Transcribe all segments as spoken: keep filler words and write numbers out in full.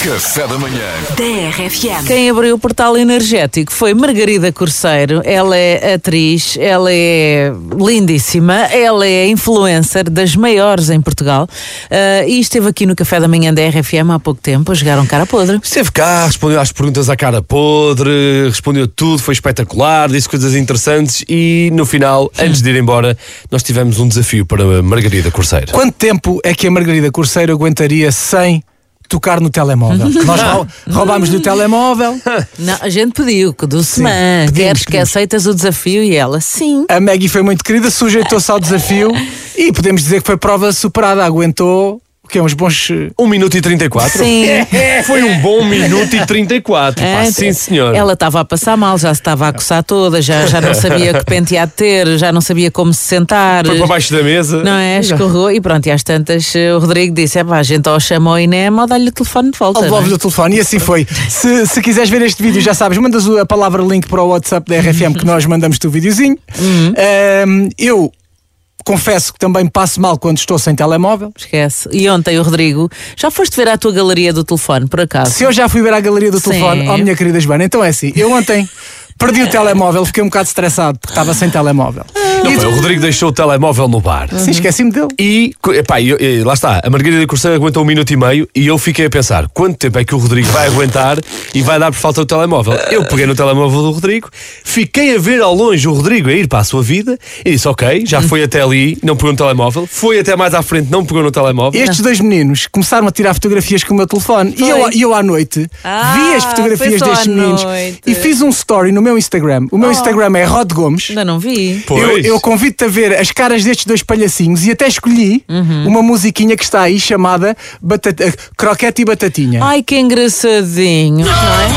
Café da manhã. D R F M. Quem abriu o portal energético foi Margarida Corceiro. Ela é atriz, ela é lindíssima, ela é influencer das maiores em Portugal uh, e esteve aqui no Café da Manhã da R F M há pouco tempo a jogar um cara podre. Esteve cá, respondeu às perguntas à cara podre, respondeu tudo, foi espetacular, disse coisas interessantes e no final, antes de ir embora, nós tivemos um desafio para a Margarida Corceiro. Quanto tempo é que a Margarida Corceiro aguentaria sem tocar no telemóvel? Nós rou- roubámos-lhe o telemóvel. Não, a gente pediu que do semana, pedimos, queres que pedimos. aceitas o desafio? E ela, sim. A Maggie foi muito querida, sujeitou-se ao desafio e podemos dizer que foi prova superada. Aguentou o quê? Uns bons. um minuto e trinta e quatro? Sim. Foi um bom minuto e trinta e quatro. Pá, É, sim, senhor. Ela estava a passar mal, já se estava a coçar toda, já, já não sabia que penteado ter, já não sabia como se sentar. Foi para baixo da mesa. Não é? Escorregou e pronto, e às tantas eh, o Rodrigo disse: é pá, a gente ou chama o INEM ou dá-lhe o telefone de volta. Ao não é? devolve-lhe o telefone e assim foi. Se, se quiseres ver este vídeo, já sabes, mandas a palavra link para o WhatsApp da R F M que nós mandamos-te o videozinho. Ahm, eu confesso que também passo mal quando estou sem telemóvel. Esquece. E ontem o Rodrigo, já foste ver a tua galeria do telefone, por acaso? Se eu já fui ver à galeria do Sim. telefone, oh minha querida Joana, então é assim, eu ontem perdi o telemóvel, fiquei um bocado estressado porque estava sem telemóvel. Não, E- pá, o Rodrigo deixou o telemóvel no bar. Sim, esqueci-me dele. E, epá, eu, eu, lá está, a Margarida Corceiro aguentou um minuto e meio e eu fiquei a pensar, quanto tempo é que o Rodrigo vai aguentar e vai dar por falta do telemóvel? Eu peguei no telemóvel do Rodrigo, fiquei a ver ao longe o Rodrigo a ir para a sua vida e disse, ok, já foi até ali, não pegou no telemóvel, foi até mais à frente, não pegou no telemóvel. Estes dois meninos começaram a tirar fotografias com o meu telefone e eu, e eu à noite Ah, vi as fotografias foi só destes à meninos noite. e fiz um story no meu Instagram. O meu Instagram é Rod Gomes. Ainda não vi. Eu, Pois. eu convido-te a ver as caras destes dois palhacinhos e até escolhi uma musiquinha que está aí chamada Batata- Croquete e Batatinha. Ai, que engraçadinho.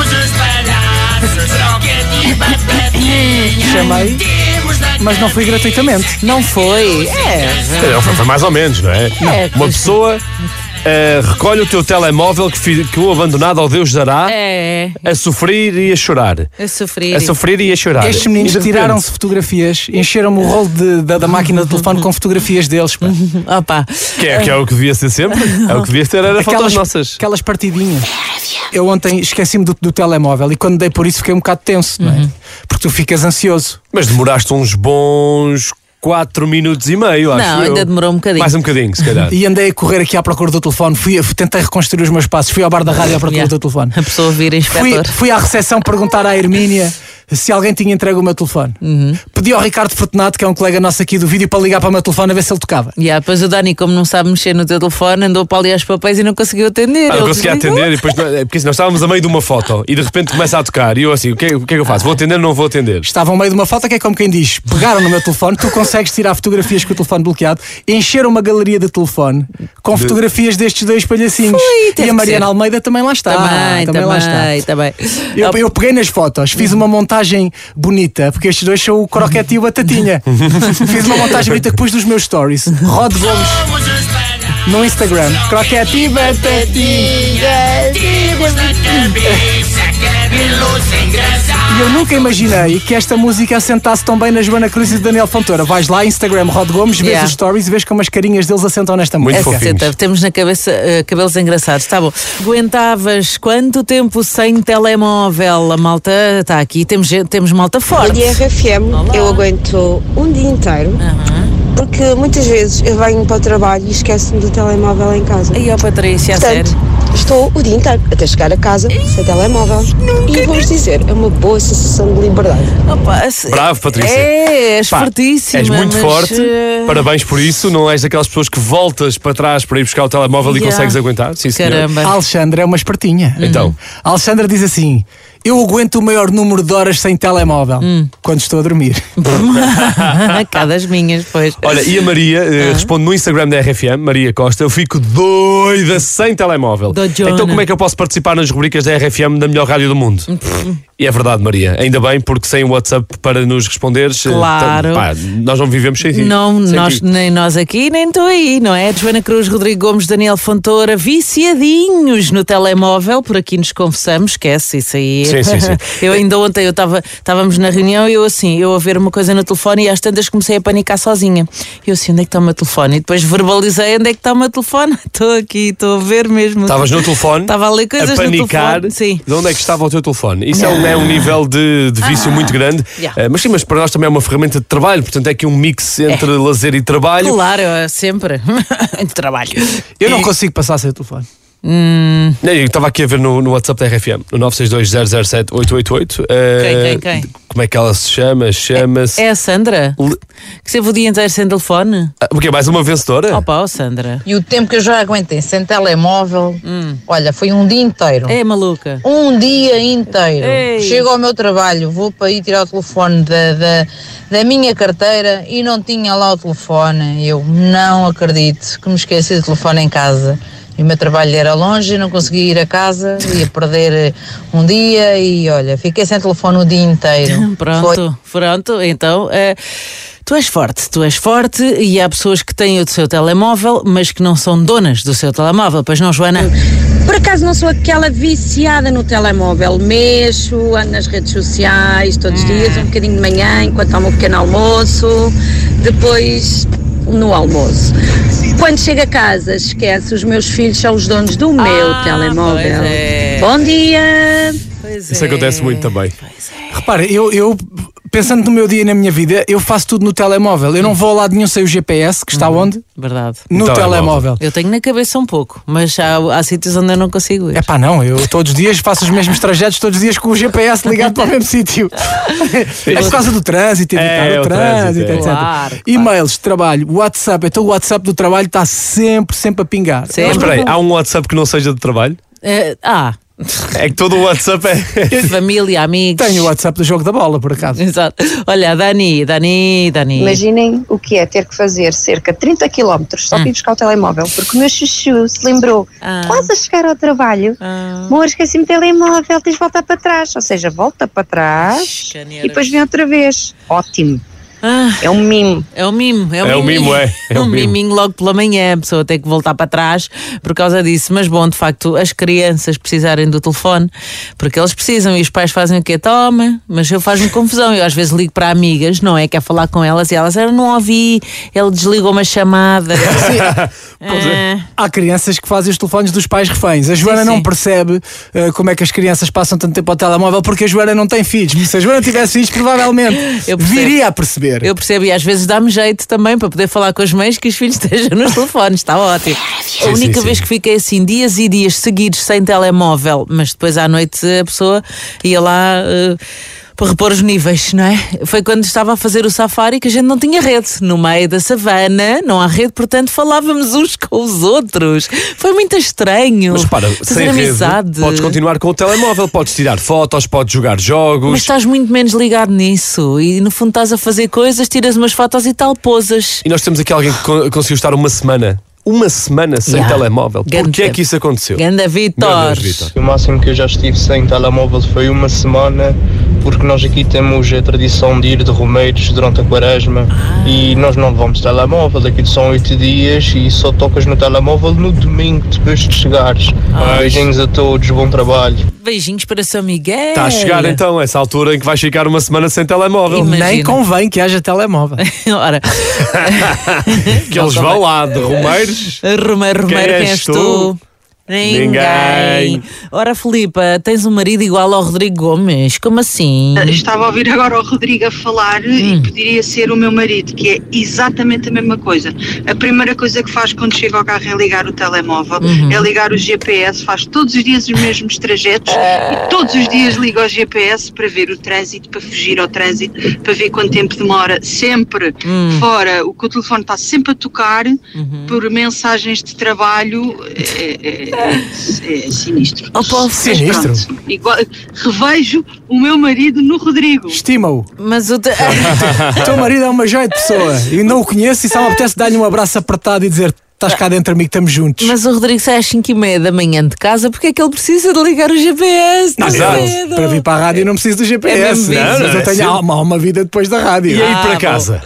Chamei, mas não foi gratuitamente. Não foi? É. Não, foi, foi mais ou menos, não é? É, Uma pois- pessoa eh, recolhe o teu telemóvel que, fi- que o abandonado ao Deus dará É. a sofrer e a chorar. A sofrer. A sofrer e a chorar. Estes meninos E de repente- tiraram-se fotografias, encheram-me o rolo de- da, da máquina de telefone com fotografias deles. Pá. Opa. Que é, que é o que devia ser sempre. É o que devia ter, era fotos nossas. aquelas partidinhas. Eu ontem esqueci-me do, do telemóvel e quando dei por isso fiquei um bocado tenso, não é? Porque tu ficas ansioso. Mas demoraste uns bons quatro minutos e meio, acho Não, eu. ainda demorou um bocadinho. Mais um bocadinho, se calhar. E andei a correr aqui à procura do telefone, fui, a- tentei reconstruir os meus passos, fui ao bar da rádio à procura Yeah. do telefone. A pessoa vira Fui, inspetor. fui à recepção perguntar à Hermínia se alguém tinha entregue o meu telefone. Pedi ao Ricardo Fortunato, que é um colega nosso aqui do vídeo, para ligar para o meu telefone a ver se ele tocava. Yeah, depois o Dani, como não sabe mexer no teu telefone, andou para ali aos papéis e não conseguiu atender. Ah, não Ele conseguia desligou. atender e depois, é porque assim, nós estávamos a meio de uma foto e de repente começa a tocar e eu assim, o que, é- o que é que eu faço? Vou atender ou não vou atender? Estava no meio de uma foto que é como quem diz: pegaram no meu telefone, tu consegues tirar fotografias com o telefone bloqueado, encheram uma galeria de telefone com fotografias destes dois palhacinhos. Foi, teve e a que Mariana ser. Almeida também lá está. Também, também, lá está. também. Eu, eu peguei nas fotos, fiz uma montagem bonita, porque estes dois são o Croquete e o Batatinha. Fiz uma montagem bonita que pus dos meus stories. Rod Gomes no Instagram. Croquete e Batatinha. E eu nunca imaginei que esta música assentasse tão bem na Joana Cruz e do Daniel Fontoura. Vais lá, Instagram, Rod Gomes, vês Yeah. os stories e vês como as carinhas deles assentam nesta Muito música. É fofinhos. certo, temos na cabeça eh, cabelos engraçados. Tá bom. Aguentavas quanto tempo sem telemóvel? A malta está aqui, temos, gente- temos malta forte. De R F M Olá. eu aguento um dia inteiro, porque muitas vezes eu venho para o trabalho e esqueço-me do telemóvel em casa. Aí, ó Patrícia, a Portanto, sério. estou o dia inteiro até chegar a casa sem telemóvel. E vou-vos dizer, é uma boa sensação de liberdade. Opa, a sé- Bravo, Patrícia. É, és Pá, fortíssima. És muito mas, forte, eh, parabéns por isso. Não és daquelas pessoas que voltas para trás para ir buscar o telemóvel e Yeah. consegues aguentar. Sim, senhor. Caramba. A Alexandra é uma espertinha. Então, A Alexandra diz assim: eu aguento o maior número de horas sem telemóvel quando estou a dormir. Cá das minhas, pois. olha, e a Maria eh, responde no Instagram da R F M, Maria Costa, eu fico doida sem telemóvel. Doidona. Então como é que eu posso participar nas rubricas da R F M da melhor rádio do mundo? E é verdade, Maria, ainda bem, porque sem o WhatsApp para nos responderes, eh, Claro. tá- pá, nós não vivemos sem ti. Não, Sem nós, ti. nem nós aqui, nem tu aí, não é? Joana Cruz, Rodrigo Gomes, Daniel Fontoura, viciadinhos no telemóvel, por aqui nos confessamos, esquece isso aí. Sim, Sim, sim, sim. Eu ainda ontem eu estava estávamos na reunião e eu assim, eu a ver uma coisa no telefone e às tantas comecei a panicar sozinha. Eu assim, onde é que está o meu telefone? E depois verbalizei onde é que está o meu telefone. Estou aqui, estou a ver mesmo. Estavas no telefone, Estava a ler coisas a panicar no telefone. Sim. de onde é que estava o teu telefone. Isso é um, é um nível de, de vício Ah, muito grande. yeah. Uh, mas sim, mas para nós também é uma ferramenta de trabalho, portanto é aqui um mix entre É. lazer e trabalho. Claro, eu sempre. De trabalho. Eu não E- consigo passar sem o telefone. Hum, Não, eu estava aqui a ver no, no WhatsApp da R F M, no nove seis dois zero zero sete oito oito oito. Quem, quem, quem? Como é que ela se chama? Chama-se. é a Sandra? Le- Que esteve o dia inteiro sem telefone? Ah, o quê? Mais uma vencedora? Opa, oh, Sandra. E o tempo que eu já aguentei sem telemóvel, olha, foi um dia inteiro. É maluca. Um dia inteiro. Ei. Chego ao meu trabalho, vou para ir tirar o telefone da, da, da minha carteira e não tinha lá o telefone. Eu não acredito que me esqueci do telefone em casa. E o meu trabalho era longe, não conseguia ir a casa, ia perder um dia e olha, fiquei sem telefone o dia inteiro. Pronto, pronto. Então, eh, tu és forte, tu és forte e há pessoas que têm o seu telemóvel, mas que não são donas do seu telemóvel. Pois não, Joana? Por acaso não sou aquela viciada no telemóvel, mexo, ando nas redes sociais todos os dias, um bocadinho de manhã, enquanto há o meu pequeno almoço, depois no almoço. Quando chego a casa, esquece, os meus filhos são os donos do meu Ah, telemóvel. pois é. Bom dia! Pois Isso acontece muito também. Repara, eu, eu, pensando no meu dia e na minha vida, eu faço tudo no telemóvel. Eu não vou a lado nenhum sem o G P S, que está onde? Verdade. No No telemóvel. telemóvel. Eu tenho na cabeça um pouco, mas há, há sítios onde eu não consigo ir. É pá, não, eu todos os dias faço os mesmos trajetos, todos os dias com o G P S ligado para o mesmo sítio. É por causa do trânsito, evitar É, o o trânsito, trânsito, é. etcétera. Claro, claro. E-mails de trabalho, WhatsApp, então o WhatsApp do trabalho está sempre, sempre a pingar. Sempre. Mas espera aí, há um WhatsApp que não seja de trabalho? Eh, ah, É que todo o WhatsApp é. família, amigos. Tenho o WhatsApp do jogo da bola, por acaso. Exato. Olha, Dani, Dani, Dani. Imaginem o que é ter que fazer cerca de trinta quilómetros só para ir buscar o telemóvel, porque o meu chuchu se lembrou, Ah. quase a chegar ao trabalho, Ah. amor, esqueci-me o telemóvel, tens de voltar para trás. Ou seja, volta para trás Caneiras. e depois vem outra vez. Ótimo, Ah, é um mimo. é o mimo, é o É o miminho. mimo, é. É o um mimo. miminho logo pela manhã, a pessoa tem que voltar para trás por causa disso. Mas bom, de facto, as crianças precisarem do telefone, porque eles precisam e os pais fazem o quê? Toma, mas eu faz-me confusão. Eu às vezes ligo para amigas, não é? Quer falar com elas e elas, eu não ouvi, ele desligou uma chamada. Ah, Há crianças que fazem os telefones dos pais reféns. A Joana Sim, não sim. percebe eh, como é que as crianças passam tanto tempo ao telemóvel porque a Joana não tem filhos. Se a Joana tivesse filhos, provavelmente Eu percebo. viria a perceber. Eu percebo e às vezes dá-me jeito também para poder falar com as mães que os filhos estejam nos telefones, está ótimo. A única sim, vez sim. que fiquei assim dias e dias seguidos sem telemóvel, mas depois à noite a pessoa ia lá eh, para repor os níveis, não é? Foi quando estava a fazer o safari que a gente não tinha rede. No meio da savana, não há rede, portanto falávamos uns com os outros. Foi muito estranho. Mas para, fazer sem rede, amizade. podes continuar com o telemóvel, podes tirar fotos, podes jogar jogos. Mas estás muito menos ligado nisso e no fundo estás a fazer coisas, tiras umas fotos e tal, posas. E nós temos aqui alguém que con- conseguiu estar uma semana, uma semana sem Yeah. telemóvel. Ganda- Porquê é que isso aconteceu? Ganda Meu Vitor. Deus, Vitor. O máximo que eu já estive sem telemóvel foi uma semana, porque nós aqui temos a tradição de ir de romeiros durante a quaresma e nós não levamos telemóvel, aqui são oito dias e só tocas no telemóvel no domingo depois de chegares. Beijinhos a todos, bom trabalho. Beijinhos para São Miguel. Está a chegar então essa altura em que vais ficar uma semana sem telemóvel. Imagina. Nem convém que haja telemóvel. Ora, Que eles vão lá de romeiros. Romeiro, Romeiro, quem és tu? Ninguém. Ninguém. Ora, Filipa, tens um marido igual ao Rodrigo Gomes? Como assim? Estava a ouvir agora o Rodrigo a falar e poderia ser o meu marido, que é exatamente a mesma coisa. A primeira coisa que faz quando chega ao carro é ligar o telemóvel, é ligar o G P S, faz todos os dias os mesmos trajetos e todos os dias liga o G P S para ver o trânsito, para fugir ao trânsito, para ver quanto tempo demora, sempre fora, o que o telefone está sempre a tocar por mensagens de trabalho, é, é, é sinistro. Oh, pô, Mas sinistro? pronto, igual, revejo o meu marido no Rodrigo. Estima-o. Mas o. Te... O teu marido é uma joia de pessoa e não o conheço e só me apetece dar-lhe um abraço apertado e dizer: estás cá dentro, amigo, estamos juntos. Mas o Rodrigo sai às cinco e meia da manhã de casa porque é que ele precisa de ligar o G P S? Não, tão não, cedo? para vir para a rádio não preciso do G P S. É mesmo Mas isso. eu tenho Sim. uma, uma vida depois da rádio. E aí Ah, para bom. casa?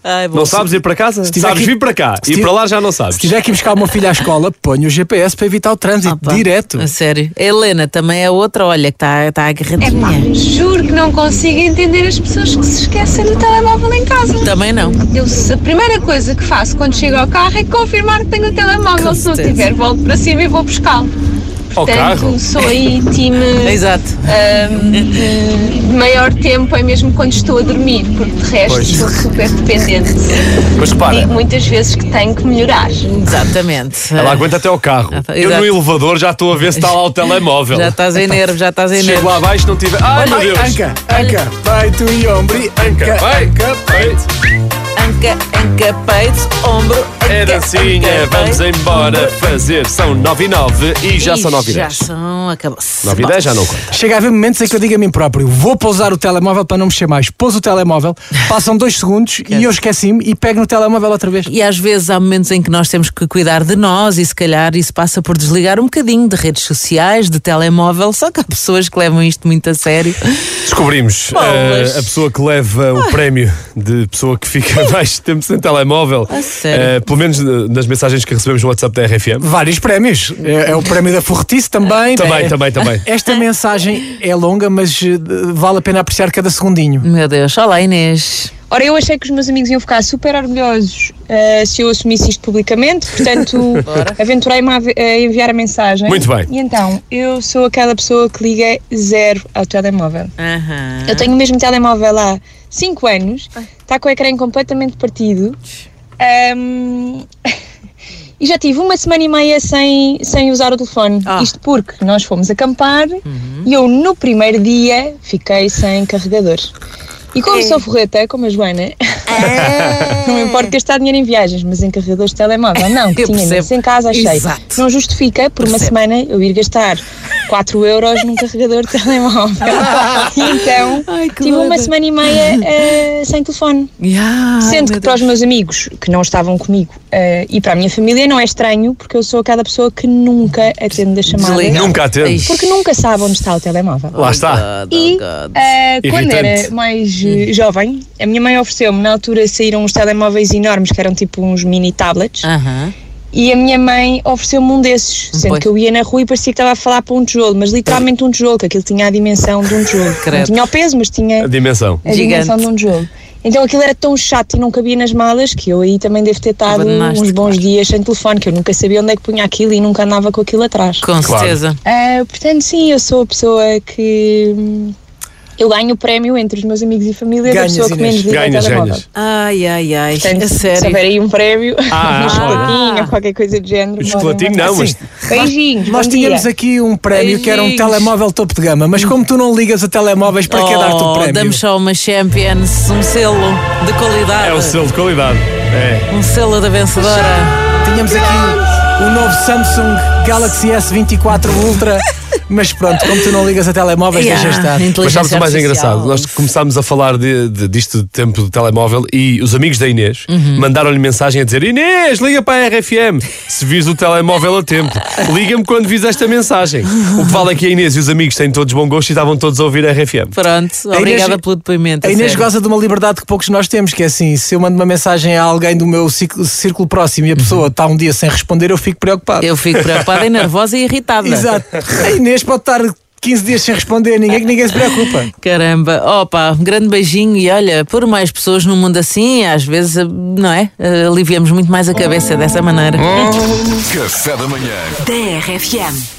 Ai, bom. Não sabes ir para casa? Se tiver Sabes que- vir para cá. se Ir ti- para lá já não sabes. Se tiver que ir buscar o meu filho à escola, ponho o G P S para evitar o trânsito, Opa, direto. A sério. A Helena também é outra, olha, que está tá agarradinha. Juro que não consigo entender as pessoas que se esquecem do telemóvel em casa. Também não. Eu, a primeira coisa que faço quando chego ao carro é confirmar que tenho o telemóvel. Com Se não certeza. tiver, volto para cima e vou buscá-lo. Ao carro? Portanto, sou aí time Exato. ahm, de, de maior tempo, é mesmo quando estou a dormir, porque de resto Pois. sou super dependente. Mas repara, Digo muitas vezes que tenho que melhorar. Exatamente. ela aguenta até ao carro. Ah, tá, Eu exato. no elevador já estou a ver se está lá o telemóvel. Já estás em nervos, já estás em Chego nervos. lá abaixo não tiver. Ai meu Ai, Deus! anca, anca, peito e ombro, e anca, Vai, anca, peito. Anca, anca, peito, ombro. Anca, É dancinha, anca, vamos peito, embora ombro. fazer. São nove e nove e já são nove e Já dez. são, acabou-se. nove e Bom. dez já não conta. Chega a haver momentos em que eu digo a mim próprio: vou pousar o telemóvel para não mexer mais. Pôs o telemóvel, passam dois segundos e eu esqueci-me e pego no telemóvel outra vez. E às vezes há momentos em que nós temos que cuidar de nós e se calhar isso passa por desligar um bocadinho de redes sociais, de telemóvel, só que há pessoas que levam isto muito a sério. Descobrimos Bolas. eh, a pessoa que leva o prémio de pessoa que fica mais tempo sem telemóvel. A sério? Eh, pelo menos eh, nas mensagens que recebemos no WhatsApp da R F M. Vários prémios. É, é o prémio da Forretice também. Também, É- também, também. Esta mensagem é longa, mas eh, vale a pena apreciar cada segundinho. Meu Deus, olá Inês. Ora, eu achei que os meus amigos iam ficar super orgulhosos uh, se eu assumisse isto publicamente, portanto, aventurei-me a, ave- a enviar a mensagem. Muito bem. E então, eu sou aquela pessoa que liga zero ao telemóvel. Aham. Eu tenho o mesmo telemóvel há cinco anos, está com o ecrã completamente partido. Ahm, E já tive uma semana e meia sem, sem usar o telefone. Ah. Isto porque nós fomos acampar e eu no primeiro dia fiquei sem carregador. E como sou forreta, como a Joana, não me importa gastar dinheiro em viagens, mas em carregadores de telemóvel, não, que Eu tinha percebo. isso em casa, achei. Exato. Não justifica por uma Percebo. semana eu ir gastar quatro euros num carregador de telemóvel. E então, Ai, que tive uma doida. semana e meia eh, sem telefone. Yeah, Sendo meu que para os Deus. meus amigos que não estavam comigo eh, e para a minha família não é estranho, porque eu sou aquela pessoa que nunca atende a chamada. Desliga. Nunca atende. Ixi. Porque nunca sabe onde está o telemóvel. Lá está. God, oh E God. eh, quando Irritante. era mais eh, jovem, a minha mãe ofereceu-me, na altura saíram uns telemóveis enormes que eram tipo uns mini tablets, Aham. e a minha mãe ofereceu-me um desses, sendo Pois. que eu ia na rua e parecia que estava a falar para um tijolo, mas literalmente um tijolo, que aquilo tinha a dimensão de um tijolo. Credo. Não tinha o peso, mas tinha A dimensão. a Gigante. dimensão de um tijolo. Então aquilo era tão chato e não cabia nas malas que eu aí também devo ter estado Abandonaste, uns bons claro. dias sem telefone, que eu nunca sabia onde é que punha aquilo e nunca andava com aquilo atrás. Com Claro. certeza. Ah, portanto, sim, eu sou a pessoa que. hum, Eu ganho o prémio entre os meus amigos e família Ganhas, da pessoa que Inês. menos liga ao Ganhas, telemóvel. ganhas. Ai, ai, ai. Portanto, a se sério. houver aí um prémio, Ah. um chocolatinho, ou qualquer coisa do género. Chocolatinho podem não, mas mandar. Beijinhos, Nós bom tínhamos dia. aqui um prémio que era um Beijinhos. telemóvel topo de gama, mas como tu não ligas a telemóveis, para que dar-te o Oh, prémio? damos só uma Champions, um selo de qualidade. é o selo de qualidade. É. Um selo da vencedora. Tínhamos aqui o novo Samsung Galaxy S vinte e quatro Ultra, mas pronto, como tu não ligas a telemóveis, Yeah, deixa estar. inteligência Mas sabes o mais artificial. engraçado? Nós começámos a falar de, de- disto de tempo do telemóvel e os amigos da Inês Uhum. mandaram-lhe mensagem a dizer: Inês, liga para a R F M se vires o telemóvel a tempo. Liga-me quando vis esta mensagem. O que vale é que a Inês e os amigos têm todos bom gosto e estavam todos a ouvir a R F M. Pronto, A obrigada Inês- pelo depoimento. A Inês sério. goza de uma liberdade que poucos de nós temos, que é assim, se eu mando uma mensagem a alguém do meu ciclo- círculo próximo e a pessoa está um dia sem responder, eu fico preocupado. Eu fico preocupada e nervosa e irritada. Exato. A Inês pode estar quinze dias sem responder, ninguém, ninguém se preocupa. Caramba, opa, um grande beijinho e olha, por mais pessoas no mundo assim, às vezes, não é? Aliviamos muito mais a cabeça dessa maneira. Café da manhã. Da R F M.